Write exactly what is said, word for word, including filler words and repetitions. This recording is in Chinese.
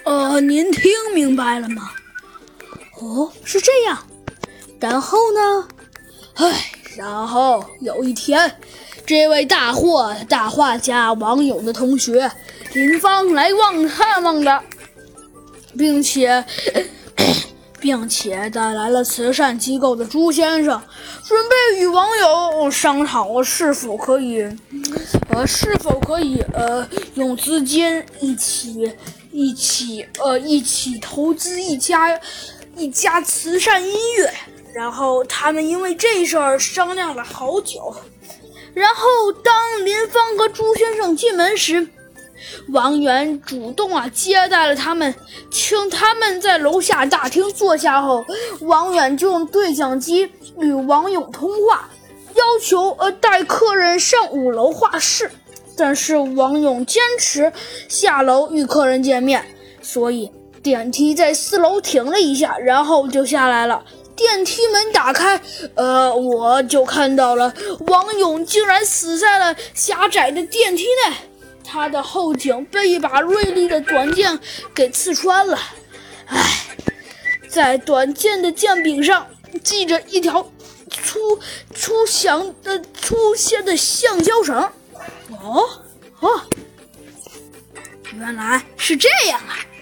呃，您听明白了吗？哦，是这样。然后呢？唉，然后有一天，这位大货大画家王勇的同学林芳来望看望的，并且并且带来了慈善机构的朱先生，准备与网友商讨我是否可以，呃，是否可以呃用资金一起一起呃一起投资一家一家慈善医院。然后他们因为这事儿商量了好久。然后当林芳和朱先生进门时，王源主动啊接待了他们，请他们在楼下大厅坐下后，王源就用对讲机与王勇通话，要求呃带客人上五楼画室。但是王勇坚持下楼与客人见面，所以电梯在四楼停了一下，然后就下来了。电梯门打开，呃，我就看到了王勇竟然死在了狭窄的电梯内，他的后颈被一把锐利的短剑给刺穿了。唉，在短剑的剑柄上系着一条粗粗响的粗些的橡胶绳。哦哦，原来是这样啊！